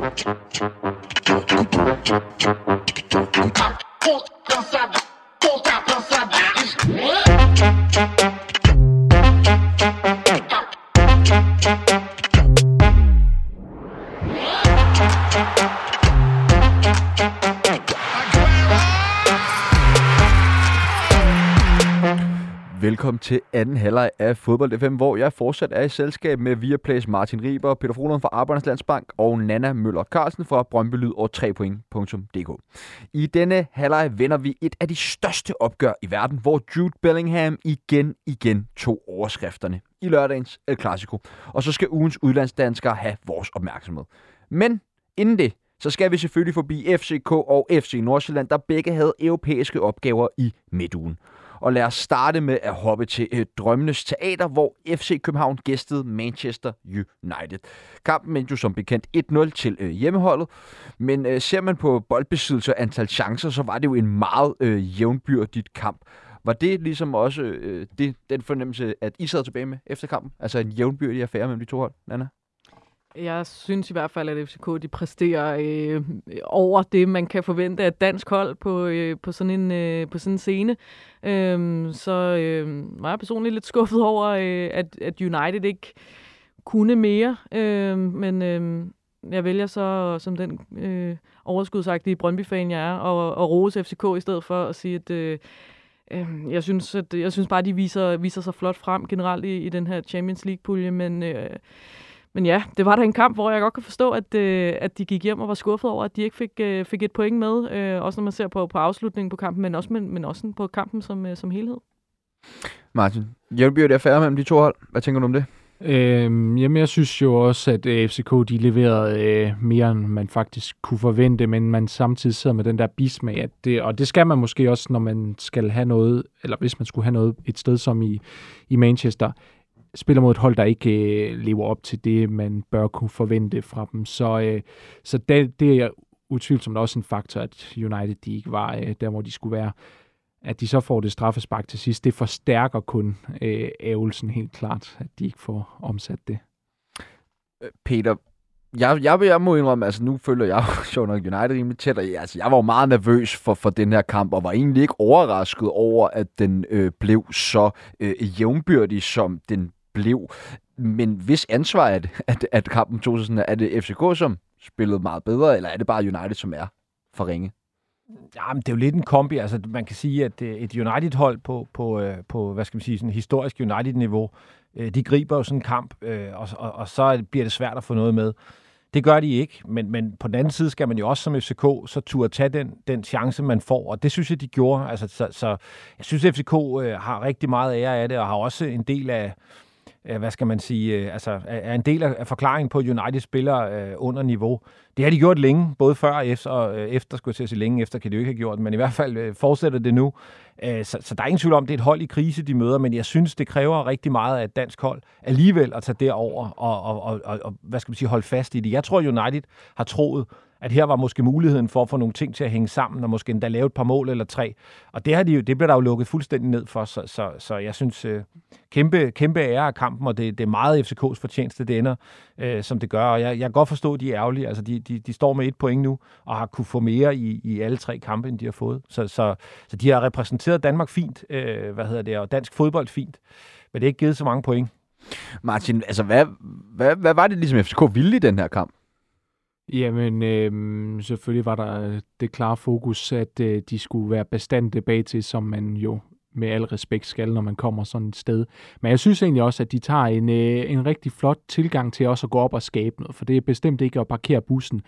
Velkommen til anden halvleg af Fodbold FM, hvor jeg fortsat er i selskab med Viaplays Martin Riber, Peter Frohlund fra Arbejdernes Landsbank og Nana Møller Carlsen fra Brøndby Lyd og 3point.dk. I denne halvleg vender vi et af de største opgør i verden, hvor Jude Bellingham igen tog overskrifterne i lørdagens El Clasico. Og så skal ugens udlandsdanskere have vores opmærksomhed. Men inden det, så skal vi selvfølgelig forbi FCK og FC Nordsjælland, der begge havde europæiske opgaver i midtugen. Og lad os starte med at hoppe til Drømmenes Teater, hvor FC København gæstede Manchester United. Kampen endte jo som bekendt 1-0 til hjemmeholdet, men ser man på boldbesiddelse og antal chancer, så var det jo en meget jævnbyrdigt kamp. Var det ligesom også den fornemmelse, at I sad tilbage med efter kampen? Altså en jævnbyrdig affære mellem de to hold, Nana? Jeg synes i hvert fald, at FCK de præsterer over det, man kan forvente af et dansk hold på sådan en scene. Så var jeg personligt lidt skuffet over, at United ikke kunne mere. Men jeg vælger så, som den overskudsagtige Brøndby-fan jeg er, at rose FCK i stedet for at sige, at jeg synes bare, de viser sig flot frem generelt i den her Champions League-pulje, men ja, det var da en kamp, hvor jeg godt kan forstå, at de gik hjem og var skuffet over, at de ikke fik et point med. Også når man ser på afslutningen på kampen, men også på kampen som helhed. Martin, jævnbyrdig affære mellem de to hold. Hvad tænker du om det? Jamen, jeg synes jo også, at FCK de leverede mere, end man faktisk kunne forvente, men man samtidig sidder med den der bismag, og det skal man måske også, når man skal have noget, eller hvis man skulle have noget et sted som i Manchester, spiller mod et hold, der ikke lever op til det, man bør kunne forvente fra dem. Så det er utvivlsomt også en faktor, at United de ikke var der, hvor de skulle være. At de så får det straffespark til sidst, det forstærker kun ævelsen helt klart, at de ikke får omsat det. Peter, jeg må indrømme, altså nu følger jeg jo nok United rimelig tæt, og altså, jeg var jo meget nervøs for den her kamp, og var egentlig ikke overrasket over, at den blev så jævnbyrdig, som den blev. Men hvis ansvar er det, at kampen tog sig sådan, er det FCK, som spillede meget bedre, eller er det bare United, som er for ringe? Jamen, det er jo lidt en kombi. Altså, man kan sige, at et United-hold på hvad skal man sige, sådan historisk United-niveau, de griber jo sådan en kamp, og så bliver det svært at få noget med. Det gør de ikke, men på den anden side skal man jo også som FCK så turde tage den chance, man får, og det synes jeg, de gjorde. Altså, så jeg synes, at FCK har rigtig meget ære af det, og har også en del af, hvad skal man sige, altså er en del af forklaringen på, at United spiller under niveau. Det har de gjort længe, både før og efter skulle jeg til at sige længe efter, kan de jo ikke have gjort, men i hvert fald fortsætter det nu. Så der er ingen tvivl om, det er et hold i krise, de møder, men jeg synes, det kræver rigtig meget af et dansk hold alligevel at tage derover og hvad skal man sige, holde fast i det. Jeg tror, United har troet, at her var måske muligheden for at få nogle ting til at hænge sammen, og måske endda lave et par mål eller 3. Og det bliver der jo lukket fuldstændig ned for, så jeg synes, kæmpe ære af kampen, og det er meget FCK's fortjeneste, det ender, som det gør. Og jeg kan godt forstå, at de er ærgerlige. Altså, de står med 1 point nu, og har kunne få mere i alle 3 kampe, end de har fået. Så de har repræsenteret Danmark fint, og dansk fodbold fint, men det er ikke givet så mange point. Martin, altså hvad var det ligesom FCK ville i den her kamp? Jamen, selvfølgelig var der det klare fokus, at de skulle være bastante bag til, som man jo med al respekt skal, når man kommer sådan et sted. Men jeg synes egentlig også, at de tager en rigtig flot tilgang til også at gå op og skabe noget, for det er bestemt ikke at parkere bussen.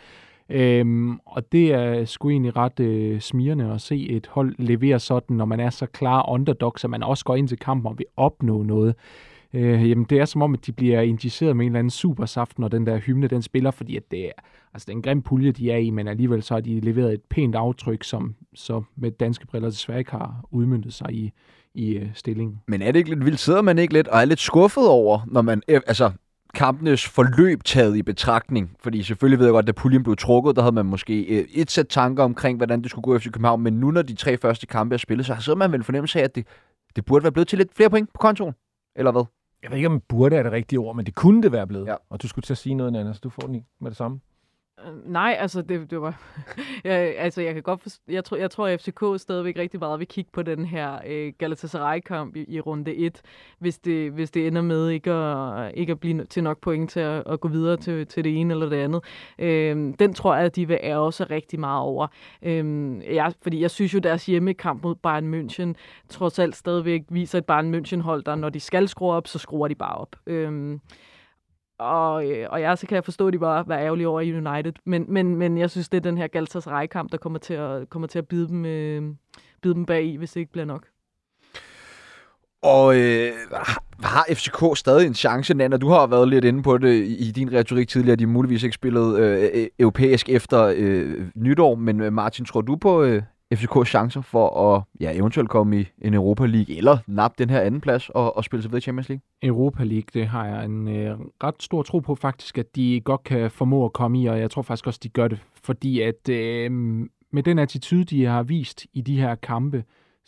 Og det er sgu egentlig ret smirrende at se et hold levere sådan, når man er så klar underdog, så man også går ind til kampen og vil opnå noget. Jamen det er som om, at de bliver injiceret med en eller anden supersaft, når den der hymne, den spiller, fordi at det er en grim pulje, de er i, men alligevel så har de leveret et pænt aftryk, som så med danske briller desværre ikke har udmøntet sig i stillingen. Men er det ikke lidt vildt? Sidder man ikke lidt og er lidt skuffet over, når man, altså kampenes forløb taget i betragtning? Fordi selvfølgelig ved jeg godt, da puljen blev trukket, der havde man måske et sæt tanker omkring, hvordan det skulle gå efter København, men nu når de 3 første kampe er spillet, så sidder man vel fornemmelse af, at det burde være blevet til lidt flere point på kontoen, eller hvad? Jeg ved ikke, om burde er det rigtige ord, men det kunne det være blevet. Ja. Og du skulle til at sige noget andet, så du får den med det samme. Nej, altså det var... jeg kan godt forstå, jeg tror, at FCK stadigvæk rigtig meget vil kigge på den her Galatasaray-kamp i runde 1, hvis det ender med ikke at blive til nok point til at gå videre til det ene eller det andet. Den tror jeg, at de vil ærge sig rigtig meget over. Fordi jeg synes jo, deres hjemmekamp mod Bayern München trods alt stadigvæk viser et Bayern München-hold, der når de skal skrue op, så skruer de bare op. Så kan jeg forstå, at de bare var ærgerlige over i United. Men jeg synes, det er den her Galatasaray-kamp, der kommer til at bide dem bag i, hvis det ikke bliver nok. Og har FCK stadig en chance, Nana? Du har været lidt inde på det i din retorik tidligere, at de muligvis ikke spillede europæisk efter nytår. Men Martin, tror du på FCK's chancer for at eventuelt komme i en Europa League, eller nappe den her anden plads og spille sig videre i Champions League? Europa League, det har jeg en ret stor tro på faktisk, at de godt kan formå at komme i, og jeg tror faktisk også, de gør det. Fordi at med den attitude, de har vist i de her kampe,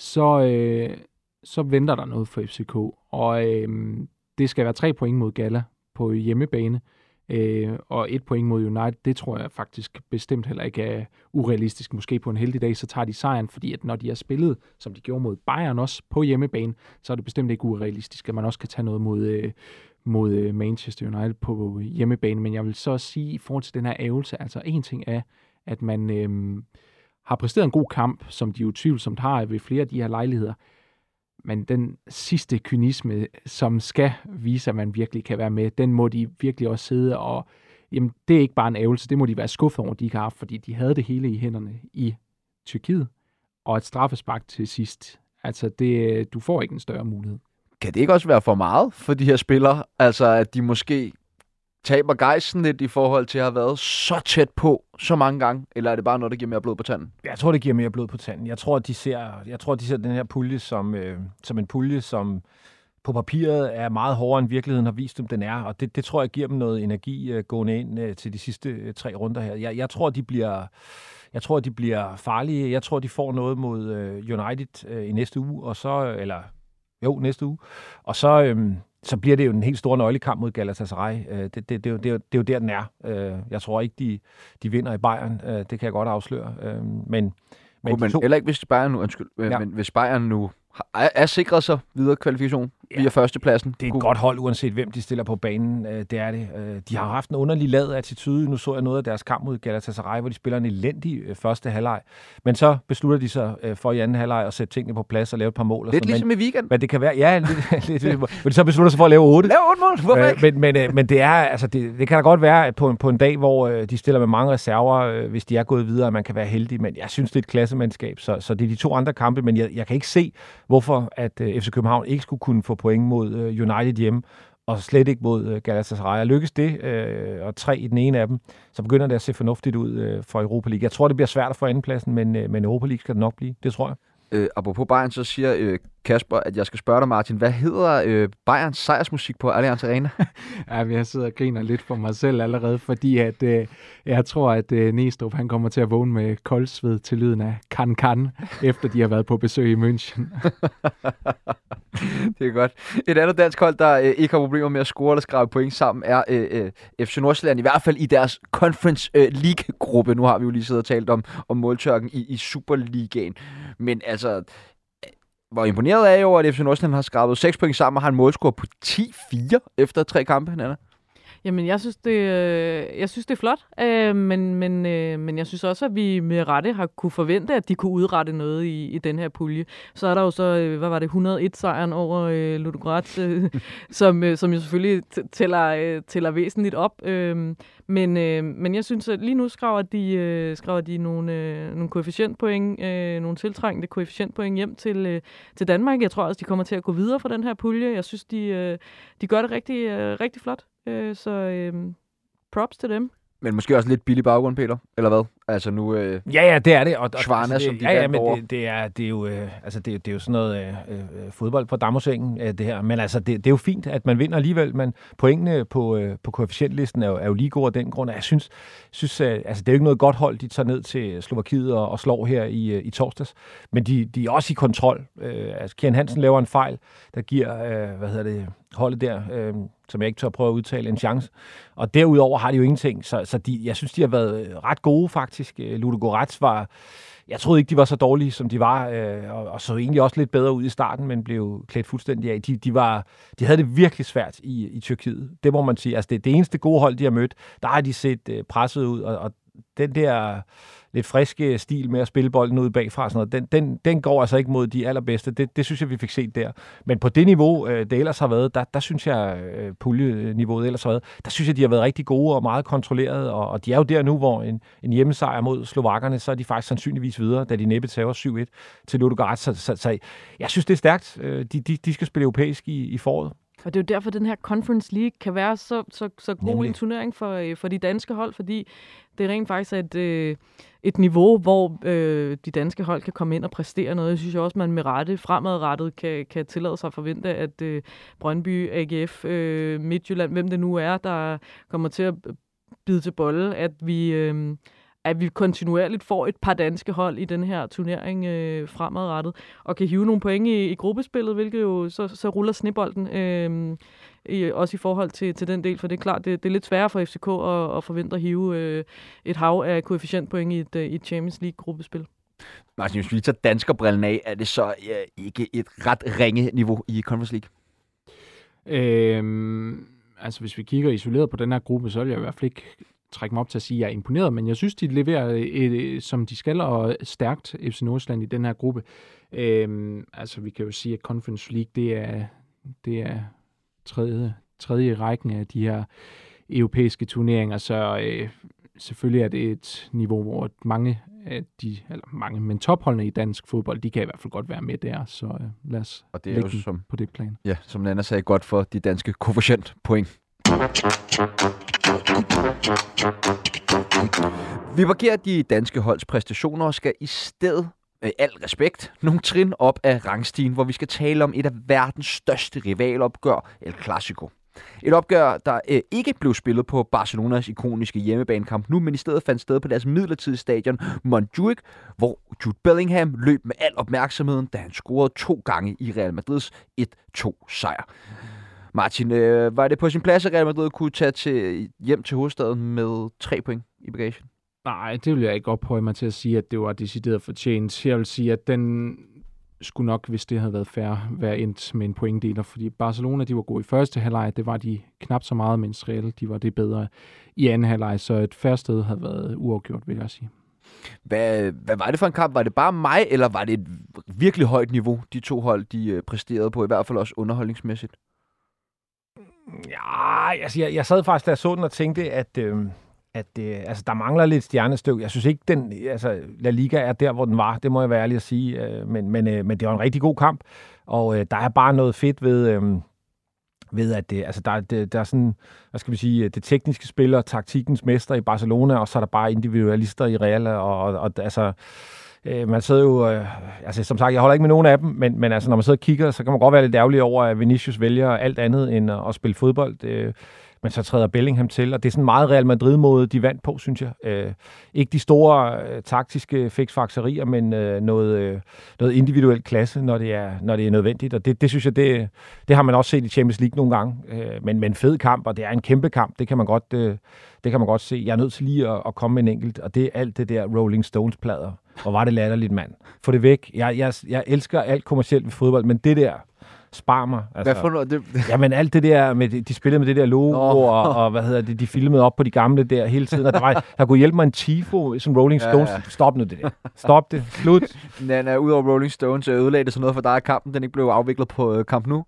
så venter der noget for FCK. Og det skal være 3 point mod Gala på hjemmebane, og 1 point mod United. Det tror jeg faktisk bestemt heller ikke er urealistisk. Måske på en heldig dag, så tager de sejren, fordi at når de har spillet, som de gjorde mod Bayern også på hjemmebane, så er det bestemt ikke urealistisk, at man også kan tage noget mod Manchester United på hjemmebane. Men jeg vil så sige, i forhold til den her ævelse, altså en ting er, at man har præsteret en god kamp, som de jo tvivlsomt har ved flere af de her lejligheder. Men den sidste kynisme, som skal vise, at man virkelig kan være med, den må de virkelig også sidde og... Jamen, det er ikke bare en ævelse, det må de være skuffet over, de ikke har haft, fordi de havde det hele i hænderne i Tyrkiet, og et straffespark til sidst. Altså, du får ikke en større mulighed. Kan det ikke også være for meget for de her spillere? Altså, at de måske taber gejsten lidt i forhold til at have været så tæt på så mange gange, eller er det bare noget, der giver mere blod på tanden? Jeg tror, det giver mere blod på tanden. Jeg tror, de ser den her pulje som en pulje, som på papiret er meget hårdere, end virkeligheden har vist dem, den er. Og det tror jeg giver dem noget energi gående ind til de sidste 3 runder her. Jeg tror, de bliver farlige. Jeg tror, de får noget mod United i næste uge, og så... næste uge. Og så bliver det jo en helt stor nøglekamp mod Galatasaray. Det er jo der, den er. Jeg tror ikke, de vinder i Bayern. Det kan jeg godt afsløre. Men eller ikke, hvis Bayern nu, men hvis Bayern nu er sikret sig videre kvalifikation via førstepladsen. Det er et godt hold, uanset hvem de stiller på banen. Det er det. De har haft en underlig lad attitude. Nu så jeg noget af deres kamp mod Galatasaray, hvor de spiller en elendig første halvleg. Men så beslutter de sig for i anden halvleg at sætte tingene på plads og lave et par mål. Lidt ligesom i weekend. Men det kan være, ja, lidt, men de så beslutter sig for at lave 8. Lave 8 mål, hvorfor ikke? Men det er, altså det kan da godt være, at på en dag, hvor de stiller med mange reserver, hvis de er gået videre, at man kan være heldig. Men jeg synes, det er et klassemandskab, så det er de 2 andre kampe. Men jeg kan ikke se, hvorfor at FC København ikke skulle kunne få point mod United hjemme, og slet ikke mod Galatasaray. Lykkes det, og 3 i den ene af dem, så begynder det at se fornuftigt ud for Europa League. Jeg tror, det bliver svært at få andenpladsen, men Europa League skal det nok blive. Det tror jeg. Apropos Bayern, så siger Kasper, at jeg skal spørge dig, Martin, hvad hedder Bayerns sejrsmusik på Allianz Arena? Ja, jeg sidder og griner lidt for mig selv allerede, fordi at, jeg tror, at Næstrup han kommer til at vågne med koldsved til lyden af kan, efter de har været på besøg i München. Det er godt. Et andet dansk hold, der ikke har problemer med at score eller skrabe point sammen, er FC Nordsjælland, i hvert fald i deres Conference League-gruppe. Nu har vi jo lige siddet og talt om måltørken i Superligaen. Men altså, hvor imponeret er jo, at FC Nordsjælland har skrabet 6 point sammen og har en målscore på 10-4 efter 3 kampe, Nana. Jamen, jeg synes, det er flot, men jeg synes også, at vi med rette har kunne forvente, at de kunne udrette noget i den her pulje. Så er der jo så, 101-sejren over Ludogorets, som jo selvfølgelig tæller væsentligt op. Men jeg synes, at lige nu skraver de nogle koefficientpoint, nogle tiltrængte koefficientpoint hjem til Danmark. Jeg tror også, de kommer til at gå videre fra den her pulje. Jeg synes, de gør det rigtig flot. Så props til dem. Men måske også lidt billig baggrund, Peter, eller hvad? Altså nu... Ja, det er det. Og Schwana, altså, som de vandt over. Det er jo, det er jo sådan noget fodbold på dammersengen, det her. Men altså, det er jo fint, at man vinder alligevel. Men pointene på koefficientlisten er jo lige gode af den grund. Jeg synes altså, det er jo ikke noget godt hold, de tager ned til Slovakiet og slår her i torsdags. Men de er også i kontrol. Altså, Kian Hansen laver en fejl, der giver, holdet der, som jeg ikke tør prøve at udtale, en chance. Og derudover har de jo ingenting. Så jeg synes, de har været ret gode, faktisk. Ludogorets jeg troede ikke, de var så dårlige, som de var, og så egentlig også lidt bedre ud i starten, men blev klædt fuldstændig af. De havde det virkelig svært i Tyrkiet. Det må man sige. Altså, det eneste gode hold, de har mødt, der har de set presset ud, og den der lidt friske stil med at spille bolden ud bagfra, sådan noget, den går altså ikke mod de allerbedste. Det synes jeg, vi fik set der. Men på det niveau, det ellers har været, der synes jeg, puljeniveauet ellers har været, der synes jeg, de har været rigtig gode og meget kontrolleret, og de er jo der nu, hvor en hjemmesejr mod slovakkerne, så er de faktisk sandsynligvis videre, da de næppe tager 7-1 til Ludogorets. Så jeg synes, det er stærkt. De skal spille europæisk i foråret. Og det er jo derfor, den her Conference League kan være så god en turnering for de danske hold, fordi det er rent faktisk et niveau, hvor de danske hold kan komme ind og præstere noget. Jeg synes også, man med rette fremadrettet kan tillade sig at forvente, at Brøndby, AGF, Midtjylland, hvem det nu er, der kommer til at bide til bolle, at vi kontinuerligt får et par danske hold i den her turnering fremadrettet, og kan hive nogle point i gruppespillet, hvilket jo så ruller snebolden, også i forhold til den del, for det er klart, det er lidt sværere for FCK at forvente at hive et hav af koefficientpoint i et Champions League-gruppespil. Martin, hvis vi tager danskerbrillen af, er det så ikke et ret ringe niveau i Conference League? Altså, hvis vi kigger isoleret på den her gruppe, så vil jeg i hvert fald ikke trække mig op til at sige, at jeg er imponeret, men jeg synes, de leverer, som de skal, og stærkt FC Nordsjælland i den her gruppe. Altså, vi kan jo sige, at Conference League, det er tredje rækken af de her europæiske turneringer, så selvfølgelig er det et niveau, hvor men topholdene i dansk fodbold, de kan i hvert fald godt være med der, så lad os lægge dem på det plan. Ja, som Nana sagde, godt for de danske koefficientpoint. Vi parkerer de danske holds præstationer og skal i stedet, med al respekt, nogle trin op af rangstigen, hvor vi skal tale om et af verdens største rivalopgør, El Clasico. Et opgør, der ikke blev spillet på Barcelonas ikoniske hjemmebanekamp nu, men i stedet fandt sted på deres midlertidige stadion Montjuic, hvor Jude Bellingham løb med al opmærksomheden, da han scorede 2 gange i Real Madrids 1-2-sejr. Martin, var det på sin plads, at Real Madrid kunne tage hjem til hovedstaden med 3 point i bagagen? Nej, det vil jeg ikke ophøje mig til at sige, at det var decideret fortjent. Jeg vil sige, at den skulle nok, hvis det havde været fair, være endt med en pointdeler, fordi Barcelona, de var gode i første halvleg, det var de knap så meget, mens Real, de var det bedre i anden halvleg, så et fair sted havde været uafgjort, vil jeg sige. Hvad var det for en kamp? Var det bare mig, eller var det et virkelig højt niveau, de to hold, de præsterede på, i hvert fald også underholdningsmæssigt? Ja, altså jeg sad faktisk, da jeg så den og tænkte, at altså, der mangler lidt stjernestøv. Jeg synes ikke, La Liga er der, hvor den var. Det må jeg være ærlig at sige. Men det var en rigtig god kamp. Og der er bare noget fedt ved at der er sådan, hvad skal vi sige, det tekniske spil og taktikkens mester i Barcelona, og så er der bare individualister i Real. Og altså, man sidder jo, som sagt, jeg holder ikke med nogen af dem, men altså, når man sidder og kigger, så kan man godt være lidt ærgerlig over, at Vinicius vælger alt andet end at spille fodbold. Men så træder Bellingham til, og det er sådan meget Real Madrid-måde, de vandt på, synes jeg. Ikke de store taktiske fiksfakserier, men noget individuel klasse, når det er nødvendigt. Og det synes jeg, det har man også set i Champions League nogle gange. Men en fed kamp, og det er en kæmpe kamp, det kan man godt se. Jeg er nødt til lige at komme med en enkelt, og det er alt det der Rolling Stones-plader. Hvor var det latterligt, mand. Få det væk. Jeg elsker alt kommercielt ved fodbold, men det der spar mig. Altså, hvad for noget? Jamen alt det der, de spillede med det der logo, og hvad hedder det, de filmede op på de gamle der hele tiden, og der kunne hjælpe mig en tifo, som Rolling Stones. Ja. Stop nu det der. Stop det. Slut. Nana, udover Rolling Stones, ødelagde det sådan noget for dig, at kampen den ikke blev afviklet på Camp Nou?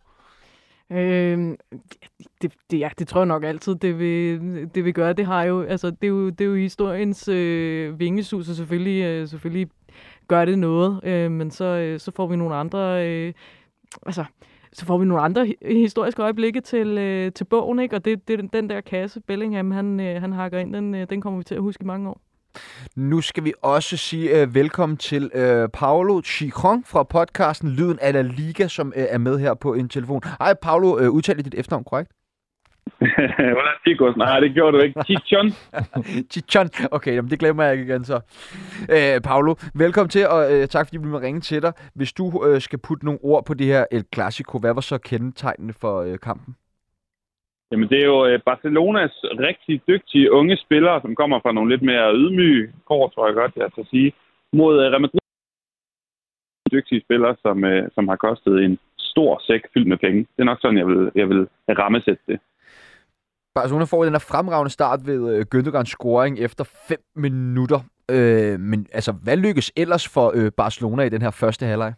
Det tror jeg nok altid, det vil gøre. Det har jo, altså, det er jo historiens vingesus, og selvfølgelig gør det noget, men så får vi nogle andre... så får vi nogle andre historiske øjeblikke til bogen, ikke? Og det den der kasse, Bellingham, han hakker ind, den kommer vi til at huske i mange år. Nu skal vi også sige velkommen til Paolo Chicron fra podcasten Lyden af La Liga, som er med her på en telefon. Hej Paolo, udtalte dit efternavn korrekt? Hola chicos. Nej, det gjorde du ikke. Chichon. Chichon. Okay, jamen det glemmer jeg ikke igen så. Paolo, velkommen til, og tak fordi vi må ringe til dig. Hvis du skal putte nogle ord på det her El Clasico, hvad var så kendetegnende for kampen? Jamen, det er jo Barcelonas rigtig dygtige unge spillere, som kommer fra nogle lidt mere ydmyge kår, tror jeg godt, jeg skal sige, mod Real Madrid. Dygtige spillere, som har kostet en stor sæk fyldt med penge. Det er nok sådan, jeg vil rammesætte det. Barcelona får den her fremragende start ved Gündoğans scoring efter 5 minutter. Men altså, hvad lykkes ellers for Barcelona i den her første halvleg?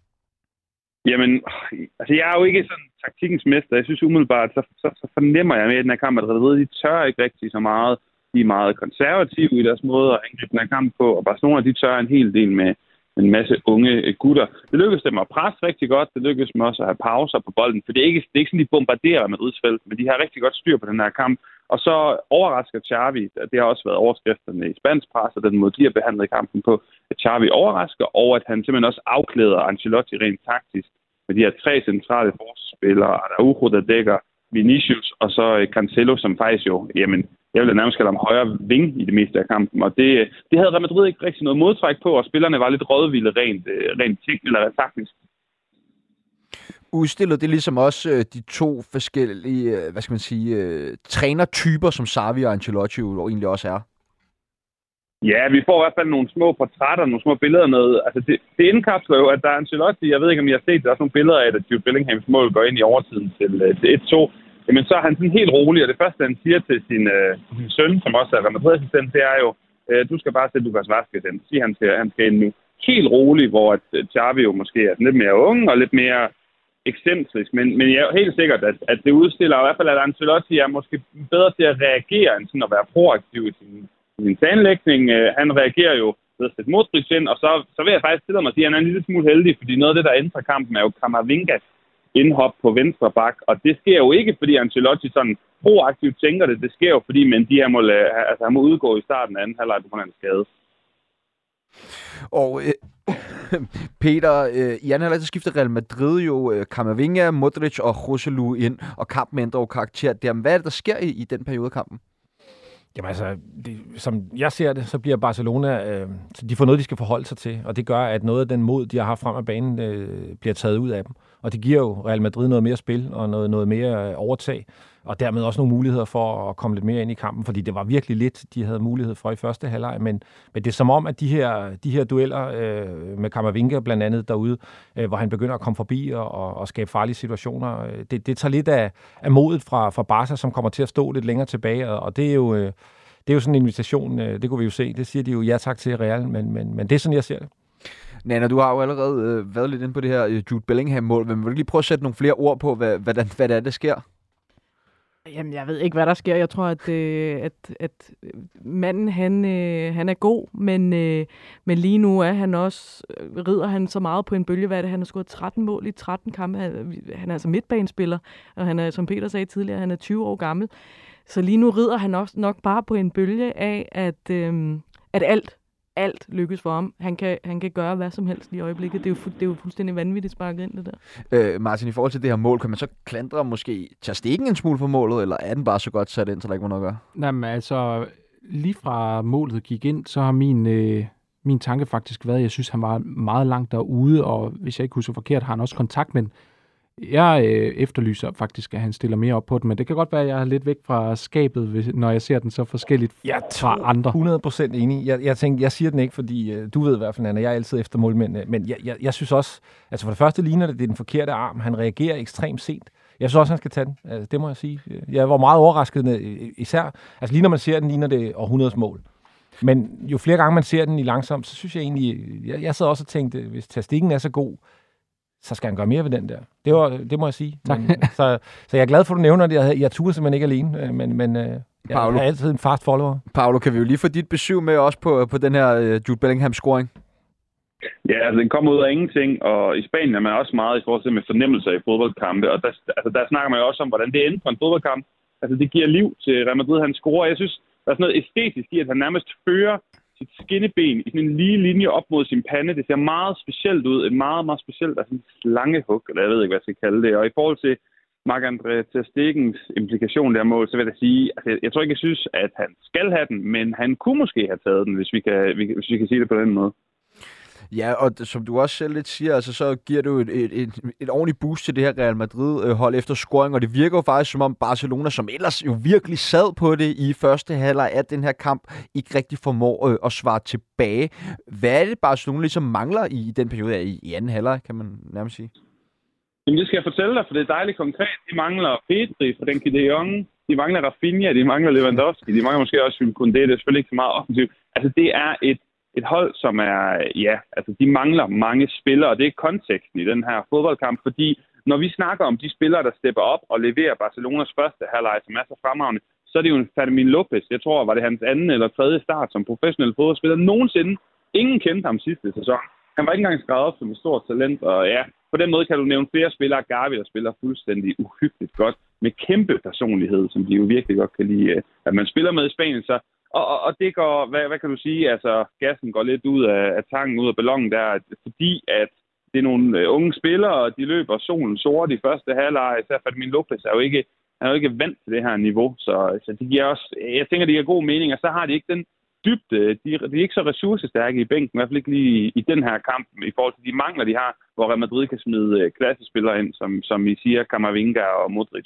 Jamen, altså jeg er jo ikke sådan taktikkens mester. Jeg synes umiddelbart, så fornemmer jeg med i den her kamp, at Real Madrid, de tør ikke rigtig så meget. De er meget konservative i deres måde at angribe den her kamp på, og Barcelona, de tør en hel del med en masse unge gutter. Det lykkedes dem at presse rigtig godt. Det lykkedes dem også at have pauser på bolden, for det er ikke sådan, de bombarderer med udsfelt, men de har rigtig godt styr på den her kamp. Og så overrasker Xavi, det har også været overskrifterne i spansk pres, og den måde, de har behandlet kampen på, at Xavi overrasker, og at han simpelthen også afklæder Ancelotti rent taktisk med de her 3 centrale forsvarsspillere, Araujo, der dækker Vinicius, og så Cancelo, som faktisk jo, jamen, jeg vil da nærmest kalde ham højre ving i det meste af kampen, og det havde Real Madrid ikke rigtig noget modtræk på, og spillerne var lidt rådvilde rent taktisk. Udstillede det ligesom også de to forskellige, trænertyper, som Xavi og Ancelotti jo egentlig også er? Ja, vi får i hvert fald nogle små portrætter, nogle små billeder med. Altså det indkapsler jo, at der er Ancelotti. Jeg ved ikke, om I har set, der er sådan nogle billeder af, at Jude Bellinghams mål går ind i overtiden til 1-2. Jamen så er han sådan helt rolig, og det første, han siger til sin søn, som også er Real Madrid-assistent, det er jo, du skal bare sætte Lucas Vázquez ind. Sige, han skal ind nu. Helt rolig, hvor at Xavi jo måske er lidt mere unge og lidt mere ekscentrisk. Men jeg er helt sikkert, at det udstiller i hvert fald, at Ancelotti er måske bedre til at reagere, end sådan at være proaktiv i sin planlægning. Han reagerer jo ved at sætte Modric ind, og så vil jeg faktisk stille mig at sige, at han er en lille smule heldig, fordi noget af det, der ændrer kampen, er jo Camavingas indhop på venstre bak, og det sker jo ikke, fordi Ancelotti sådan proaktivt tænker det. Det sker jo, fordi han må udgå i starten af anden halvleg på grund af en skade. Og Peter, i anden halvleg så skifter Real Madrid jo Camavinga, Modric og Joselu ind, og kampen ændrer jo karakter der. Men hvad er det, der sker i den periode af kampen? Jamen altså, som jeg ser det, så bliver Barcelona, de får noget, de skal forholde sig til, og det gør, at noget af den mod, de har haft frem af banen, bliver taget ud af dem. Og det giver jo Real Madrid noget mere spil og noget mere overtag, og dermed også nogle muligheder for at komme lidt mere ind i kampen, fordi det var virkelig lidt, de havde mulighed for i første halvleg, men det er som om, at de her dueller med Camavinga blandt andet derude, hvor han begynder at komme forbi og skabe farlige situationer, det tager lidt af modet fra Barca, som kommer til at stå lidt længere tilbage, og det er jo sådan en invitation, det kunne vi jo se, det siger de jo ja tak til Real, men det er sådan, jeg ser det. Nana, du har jo allerede været lidt inde på det her Jude Bellingham-mål, men vil du lige prøve at sætte nogle flere ord på, hvad det er, der sker? Jamen, jeg ved ikke, hvad der sker. Jeg tror, at manden, han er god, men lige nu rider han så meget på en bølge, hvad det. Han har scoret 13 mål i 13 kampe. Han er altså midtbanespiller, og han er, som Peter sagde tidligere, han er 20 år gammel. Så lige nu rider han også nok bare på en bølge af, at alt lykkes for ham. Han kan gøre hvad som helst i øjeblikket. Det er jo fuldstændig vanvittigt sparket ind, det der. Martin, i forhold til det her mål, kan man så klandre måske tage stikken en smule for målet, eller er den bare så godt sat ind, så der ikke må noget gøre? Jamen altså, lige fra målet gik ind, så har min tanke faktisk været, at jeg synes, han var meget langt derude, og hvis jeg ikke husker forkert, har han også kontakt med den. Jeg efterlyser faktisk, at han stiller mere op på den, men det kan godt være, at jeg er lidt væk fra skabet, når jeg ser den så forskelligt fra andre. 100% enig. Jeg siger den ikke, fordi du ved i hvert fald, Anna, jeg er altid efter målmænd, men jeg synes også, altså for det første ligner det er den forkerte arm. Han reagerer ekstremt sent. Jeg synes også, han skal tage den. Altså, det må jeg sige. Jeg var meget overrasket, især. Altså lige når man ser den, ligner det århundredes mål. Men jo flere gange man ser den i langsomt, så synes jeg egentlig, jeg sad også og tænkte, hvis statistikken er så god, så skal han gøre mere ved den der. Det må jeg sige. Så jeg er glad for, at du nævner det. Jeg turer simpelthen ikke alene, men jeg er altid en fast follower. Paolo, kan vi jo lige få dit besøg med også på den her Jude Bellingham-scoring? Ja, altså den kommer ud af ingenting, og i Spanien er man også meget i forhold til med fornemmelser i fodboldkampe, og der snakker man jo også om, hvordan det ændrer en fodboldkamp. Altså det giver liv til Real Madrid, han scorer. Jeg synes, der er sådan noget æstetisk i, at han nærmest fører sit skinneben i sådan en lige linje op mod sin pande. Det ser meget specielt ud. Et meget, meget specielt altså en slangehug, eller jeg ved ikke, hvad jeg skal kalde det. Og i forhold til Marc-André ter Stegens implikation der mål, så vil jeg sige, altså jeg tror ikke, jeg synes, at han skal have den, men han kunne måske have taget den, hvis vi kan sige det på den måde. Ja, og som du også selv lidt siger, altså, så giver du et ordentligt boost til det her Real Madrid-hold efter scoring, og det virker jo faktisk som om Barcelona, som ellers jo virkelig sad på det i første halvleg af den her kamp, ikke rigtig formår at svare tilbage. Hvad er det, Barcelona ligesom mangler i den periode i anden halvleg, kan man nærmest sige? Jamen, det skal jeg fortælle dig, for det er dejligt konkret. De mangler Pedri, Frenkie de Jong, de mangler Rafinha, de mangler Lewandowski, de mangler måske også Jules Koundé, det er selvfølgelig ikke så meget offensivt. Altså, det er et hold, som er, ja, altså de mangler mange spillere, og det er konteksten i den her fodboldkamp, fordi når vi snakker om de spillere, der stepper op og leverer Barcelonas første halvleg, som er så fremragende, så er det jo en Fermín López. Jeg tror, var det hans anden eller tredje start som professionel fodboldspiller nogensinde. Ingen kendte ham sidste sæson. Han var ikke engang skrevet op som et stort talent, og ja, på den måde kan du nævne flere spillere. Gavi, der spiller fuldstændig uhyggeligt godt, med kæmpe personlighed, som de jo virkelig godt kan lide, at man spiller med i Spanien, så og det går, hvad kan du sige, altså gassen går lidt ud af tangen, ud af ballonen der, fordi at det er nogle unge spillere, og de løber solen sort i første halvleg, især Fermín López er jo ikke vant til det her niveau, så det giver også, jeg tænker, det giver god mening, og så har de ikke den dybde, de er ikke så ressourcestærke i bænken, i hvert fald ikke lige i den her kamp, i forhold til de mangler, de har, hvor Real Madrid kan smide klassespillere ind, som I siger, Camavinga og Modric.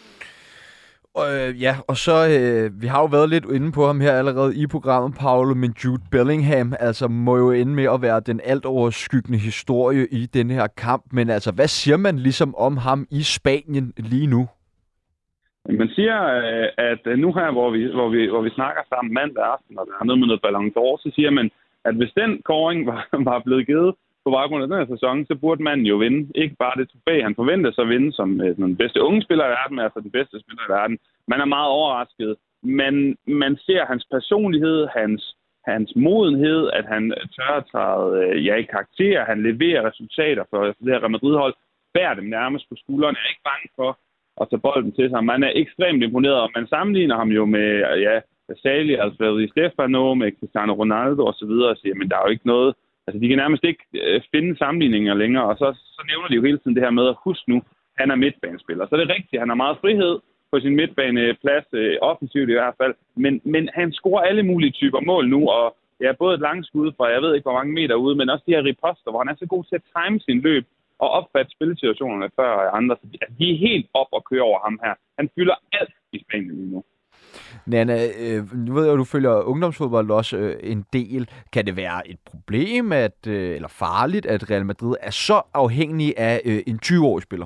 Ja, og så, vi har jo været lidt inde på ham her allerede i programmet, Paolo, men Jude Bellingham altså må jo ende med at være den alt overskyggende historie i denne her kamp, men altså, hvad siger man ligesom om ham i Spanien lige nu? Man siger, at nu her, hvor vi snakker sammen mandag aften, og der er noget med noget Ballon d'Or, så siger man, at hvis den kåring var blevet givet på baggrund af den her sæson, så burde man jo vinde. Ikke bare det trofæ, han forventer sig at vinde som den bedste unge spiller i verden, altså den bedste spiller i verden. Man er meget overrasket, men man ser hans personlighed, hans modenhed, at han tør at træde i karakter, han leverer resultater for det her Real Madrid-hold, bærer dem nærmest på skuldrene, er ikke bange for at tage bolden til sig. Man er ekstremt imponeret, og man sammenligner ham jo med Sali, Alfredo Di Stefano, med Cristiano Ronaldo osv. og siger, men der er jo ikke noget. Altså, de kan nærmest ikke finde sammenligninger længere, og så nævner de jo hele tiden det her med at huske nu, han er midtbanespiller. Så det er rigtigt, han har meget frihed på sin midtbaneplads, offensivt i hvert fald, men han scorer alle mulige typer mål nu, og ja, både et langt skud fra jeg ved ikke hvor mange meter ude, men også de her riposter, hvor han er så god til at time sin løb og opfatte spillesituationerne før andre. Så de er helt op og køre over ham her. Han fylder alt i Spanien lige nu. Nanna, nu ved jeg, at du følger ungdomsfodbold også en del. Kan det være et problem, eller farligt, at Real Madrid er så afhængig af en 20-årig spiller?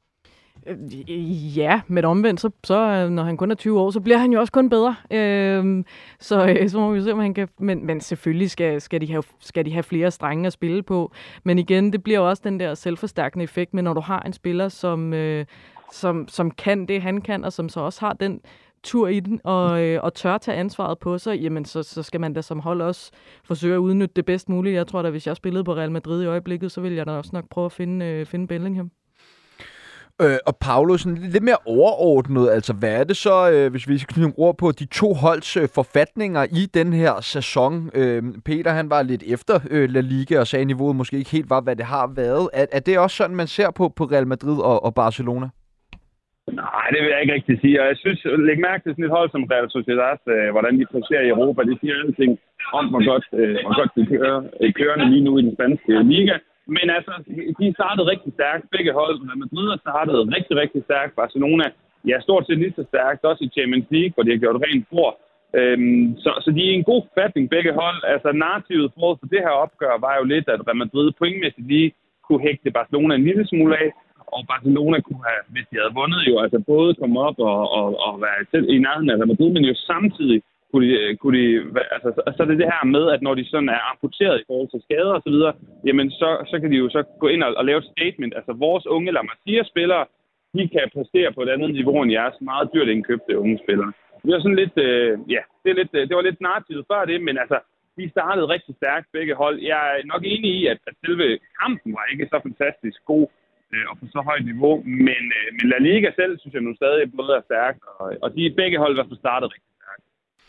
Ja, men omvendt, så når han kun er 20 år, så bliver han jo også kun bedre. Så må vi se, om han kan. Men selvfølgelig skal de have flere strenge at spille på. Men igen, det bliver jo også den der selvforstærkende effekt med, når du har en spiller, som kan det, han kan, og som så også har den tur i den, og tør tage ansvaret på sig, jamen så skal man da som hold også forsøge at udnytte det bedst muligt. Jeg tror da, hvis jeg spillede på Real Madrid i øjeblikket, så ville jeg da også nok prøve at finde Bellingham. Og Paolo, sådan lidt mere overordnet, altså hvad er det så, hvis vi skal knytte nogle ord på de to holds forfatninger i den her sæson? Peter, han var lidt efter La Liga og sagde, at niveauet måske ikke helt var, hvad det har været. Er det også sådan, man ser på Real Madrid og Barcelona? Nej, det vil jeg ikke rigtig sige. Og jeg synes, læg mærke til sådan et hold som Real Sociedad, hvordan de placerer i Europa. Det siger alting om, hvor godt de kører lige nu i den spanske liga. Men altså, de startede rigtig stærkt. Begge hold, Real Madrid startede rigtig, rigtig stærkt. Barcelona, ja, stort set lige så stærkt. Også i Champions League, hvor de har gjort rent bord. Så de er i en god forfatning, begge hold. Altså, narrativet forud for det her opgør var jo lidt, at Real Madrid pointmæssigt lige kunne hægte Barcelona en lille smule af. Og Barcelona kunne have, hvis de havde vundet jo, altså både komme op og være selv i nærheden af Real Madrid, men jo samtidig kunne de altså, så er det her med, at når de sådan er amputeret i forhold til skader og så videre, jamen så kan de jo så gå ind og lave et statement. Altså vores unge La Masia-spillere, de kan præstere på et andet niveau end jeres meget dyrt indkøbte unge spillere. Det var sådan lidt, det var lidt narrativet før det, men altså, de startede rigtig stærkt begge hold. Jeg er nok enig i, at selve kampen var ikke så fantastisk god og på så højt niveau, men La Liga selv, synes jeg nu stadig både er stærk, og de begge hold i hvert fald startede rigtig stærkt.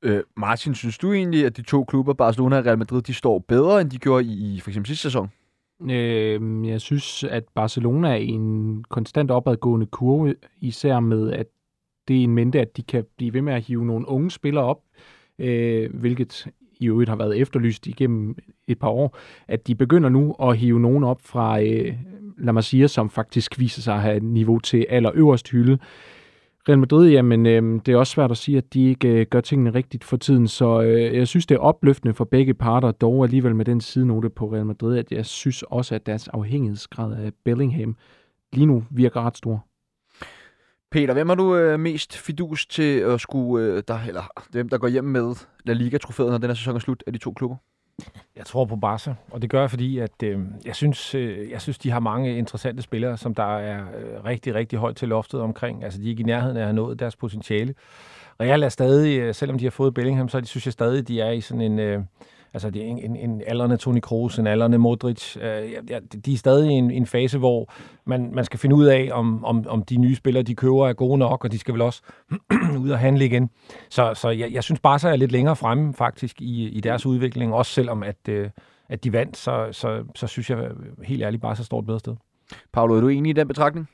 Martin, synes du egentlig, at de to klubber, Barcelona og Real Madrid, de står bedre, end de gjorde i for eksempel sidste sæson? Jeg synes, at Barcelona er i en konstant opadgående kurve, især med, at det er en mente, at de kan blive ved med at hive nogle unge spillere op, hvilket i øvrigt har været efterlyst igennem et par år, at de begynder nu at hive nogen op fra La Masia, som faktisk viser sig at have niveau til allerøverst hylde. Real Madrid, jamen, det er også svært at sige, at de ikke gør tingene rigtigt for tiden, så jeg synes, det er opløftende for begge parter, dog alligevel med den sidenote på Real Madrid, at jeg synes også, at deres afhængighedsgrad af Bellingham lige nu virker ret stor. Peter, hvem har du mest fidus til at skulle, hvem der går hjem med La Liga-trofæet, når den her sæson er slut af de to klubber? Jeg tror på Barca, og det gør jeg, fordi at, jeg synes, de har mange interessante spillere, som der er rigtig, rigtig højt til loftet omkring. Altså, de er ikke i nærheden af at have nået deres potentiale. Real er stadig, selvom de har fået Bellingham, så synes jeg stadig, de er i sådan en... det er en aldrende Toni Kroos, en aldrende Modric. De er stadig i en fase, hvor man skal finde ud af, om de nye spillere, de køber, er gode nok, og de skal vel også ud og handle igen. Så jeg synes bare, så er lidt længere fremme faktisk i deres udvikling, også selvom at de vandt, så synes jeg helt ærligt bare, så står et bedre sted. Paolo, er du enig i den betragtning?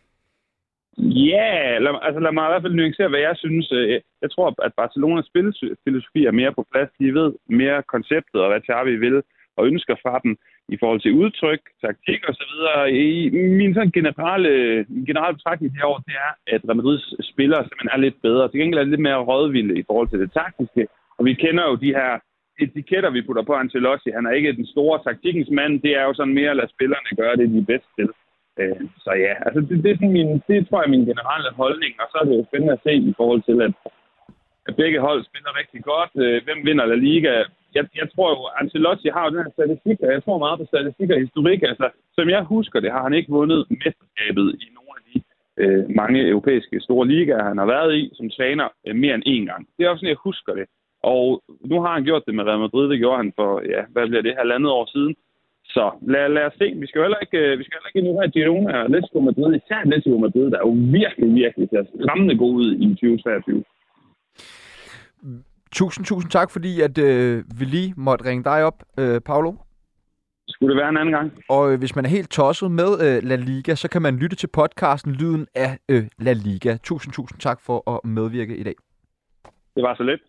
Ja, lad mig i hvert fald nuancere, hvad jeg synes. Jeg tror, at Barcelonas spilfilosofi er mere på plads. De ved mere konceptet og hvad Xavi vil og ønsker fra dem i forhold til udtryk, taktik og så videre. Min sådan generelle betragtning det år, det er, at Real Madrids spillere simpelthen er lidt bedre. Til gengæld er det lidt mere rådvilde i forhold til det taktiske. Og vi kender jo de her etiketter, vi putter på Ancelotti. Han er ikke den store taktikkens mand. Det er jo sådan mere at lade spillerne gøre det, de er bedst til. Så ja, altså det tror jeg er min generelle holdning, og så er det jo spændende at se i forhold til, at begge hold spiller rigtig godt. Hvem vinder La Liga? Jeg tror jo, Ancelotti har jo den her statistik, og jeg tror meget på statistik og historik. Altså, som jeg husker det, har han ikke vundet mesterskabet i nogle af de mange europæiske store ligaer, han har været i som træner mere end én gang. Det er også sådan, jeg husker det. Og nu har han gjort det med Real Madrid, det gjorde han for, hvad bliver det, 1,5 år siden. Så lad os se. Vi skal jo heller ikke ignorere Girona og Atletico Madrid. Især Atletico Madrid, der er jo virkelig, virkelig skræmmende god ud i 2023. Tusind tak, fordi at vi lige måtte ringe dig op, Paolo. Skulle det være en anden gang. Og hvis man er helt tosset med La Liga, så kan man lytte til podcasten Lyden af La Liga. Tusind tak for at medvirke i dag. Det var så let.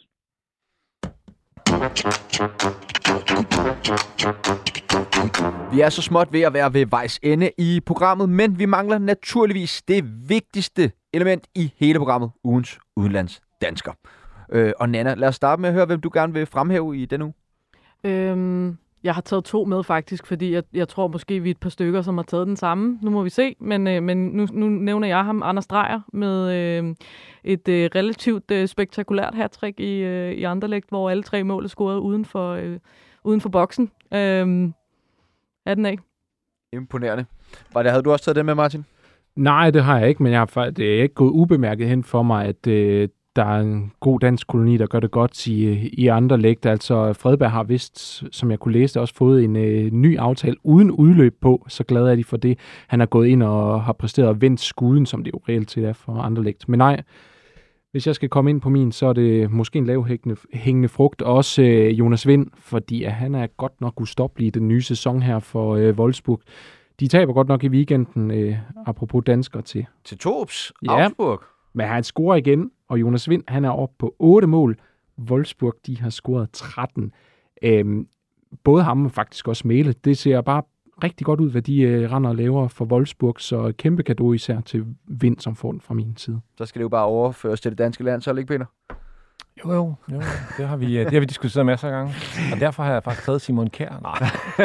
Vi er så småt ved at være ved vejs ende i programmet, men vi mangler naturligvis det vigtigste element i hele programmet, ugens udenlandsdansker. Og Nana, lad os starte med at høre, hvem du gerne vil fremhæve i denne uge. Jeg har taget 2 med faktisk, fordi jeg tror måske, vi er et par stykker, som har taget den samme. Nu må vi se, men nu nævner jeg ham, Anders Dreyer, med et relativt spektakulært hattrick i Anderlecht, hvor alle 3 mål er scoret uden for boksen. Er den ikke? Imponerende. Havde du også taget det med, Martin? Nej, det har jeg ikke, men det er ikke gået ubemærket hen for mig, at der er en god dansk koloni, der gør det godt i Anderlecht. Altså Fredberg har vist, som jeg kunne læse, også fået en ny aftale uden udløb på. Så glad er de for det. Han har gået ind og har præsteret og vendt skuden, som det jo reelt til er for Anderlecht. Men nej, hvis jeg skal komme ind på min, så er det måske en lavhængende frugt. Også Jonas Vind, fordi han er godt nok ustoppelig i den nye sæson her for Wolfsburg. De taber godt nok i weekenden, apropos danskere til Torps, ja, Augsburg. Men han scorer igen, og Jonas Vind, han er oppe på 8 mål. Wolfsburg, de har scoret 13. Både ham og faktisk også Mæle. Det ser bare rigtig godt ud, hvad de render og laver for Wolfsburg, så kæmpe cadeau især til Vind, som får den fra min side. Så skal det jo bare overføres til det danske land, så ikke, Peter? Jo. Det har vi diskuteret masser af gange. Og derfor har jeg faktisk taget Simon Kjær. Nej.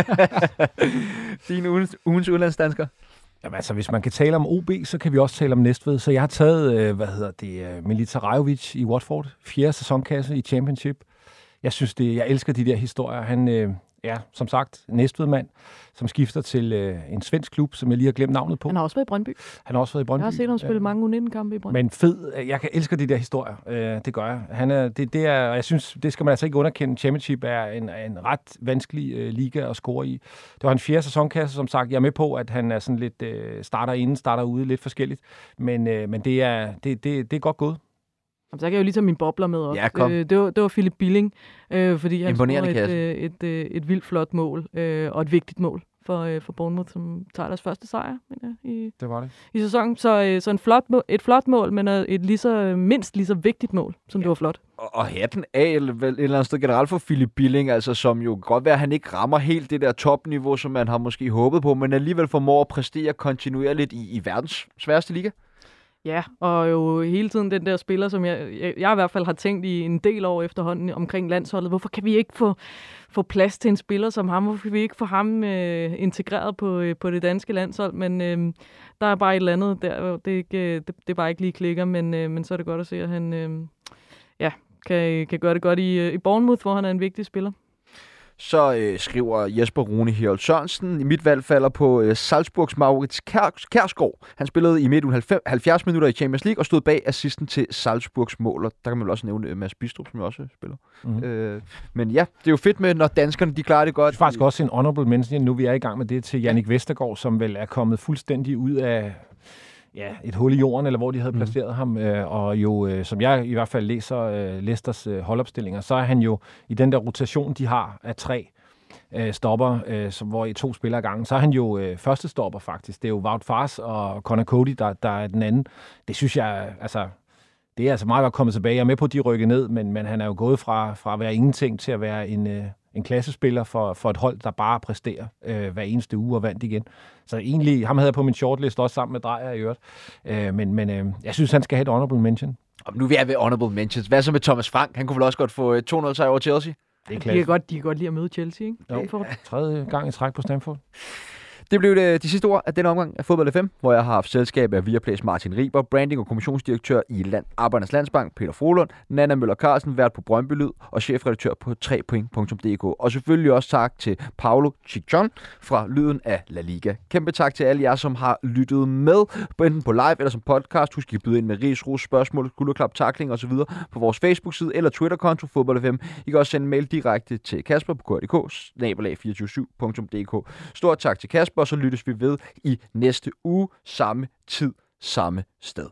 Din ugens udlandsdansker. Jamen altså, hvis man kan tale om OB, så kan vi også tale om Næstved. Så jeg har taget, Milita Rajovic i Watford. 4. sæsonkasse i Championship. Jeg elsker de der historier. Han er, som sagt, Næstved-mand, som skifter til en svensk klub, som jeg lige har glemt navnet på. Han har også været i Brøndby. Jeg har set ham spille mange U19-kampe i Brøndby. Men fed. Jeg elsker de der historier. Det gør jeg. Jeg synes, det skal man altså ikke underkende. Championship er en ret vanskelig liga at score i. Det var en 4. sæsonkasse, som sagt. Jeg er med på, at han er sådan lidt starter inde, starter ude, lidt forskelligt. Men det er godt gået. Så kan jeg jo lige tage mine bobler med op. Ja, kom. Det var Philip Billing, fordi han scorede et vildt flot mål, og et vigtigt mål for Bournemouth, som tager deres første sejr det var det. I sæsonen. Så et flot mål, men et mindst lige så vigtigt mål, som det var flot. Og hatten af et eller andet sted generelt for Philip Billing, altså som jo godt være, at han ikke rammer helt det der topniveau, som man har måske håbet på, men alligevel formår at præstere kontinuerligt i verdens sværeste liga. Ja, og jo hele tiden den der spiller, som jeg i hvert fald har tænkt i en del år efterhånden omkring landsholdet. Hvorfor kan vi ikke få plads til en spiller som ham? Hvorfor kan vi ikke få ham integreret på det danske landshold? Men der er bare et eller andet der, det bare ikke lige klikker, men så er det godt at se, at han kan gøre det godt i Bournemouth, hvor han er en vigtig spiller. Så skriver Jesper Rune Herold Sørensen, i mit valg falder på Salzburgs Maurits Kjærsgaard. Han spillede i midten 70 minutter i Champions League og stod bag assisten til Salzburgs mål. Og der kan man vel også nævne Mads Bistrup, som jo også spiller. Mm-hmm. Men ja, det er jo fedt med, når danskerne de klarer det godt. Det er faktisk også en honorable mention, nu vi er i gang med det, til Jannik Vestergaard, som vel er kommet fuldstændig ud af et hul i jorden, eller hvor de havde placeret ham. Og jo, som jeg i hvert fald læser Leicesters holdopstillinger, så er han jo i den der rotation, de har af 3 stopper, hvor i 2 spillere ad gangen, så er han jo første stopper faktisk. Det er jo Wout Faes og Conor Cody, der er den anden. Det synes jeg, altså, det er altså meget godt kommet tilbage. Jeg er med på, at de rykker ned, men han er jo gået fra at være ingenting til at være en klassespiller for et hold, der bare præsterer hver eneste uge og vandt igen. Så egentlig, ham havde jeg på min shortlist også sammen med Drejer i øvrigt. Men jeg synes, han skal have et honorable mention. Og nu er vi ved honorable mentions. Hvad så med Thomas Frank? Han kunne vel også godt få 2-0 sejr over Chelsea? Det er de kan godt lide at møde Chelsea, ikke? Jo, 3. gang i træk på Stamford. Det blev de sidste ord af denne omgang af Fodbold FM, hvor jeg har haft selskab af Viaplays Martin Riber, branding- og kommissionsdirektør i Arbejdernes Landsbank, Peter Frohlund, Nanna Møller Carlsen, vært på Brøndby Lyd og chefredaktør på 3point.dk. Og selvfølgelig også tak til Paolo Chichon fra Lyden af La Liga. Kæmpe tak til alle jer, som har lyttet med, enten på live eller som podcast. Husk at byde ind med ris, ros, spørgsmål, skulderklap, tackling osv. på vores Facebook-side eller Twitter-konto Fodbold FM. I kan også sende en mail direkte til Kasper på kdk@247.dk. Stort tak til Kasper, og så lyttes vi ved i næste uge, samme tid, samme sted.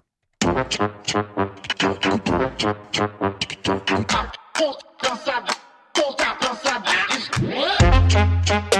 Puta,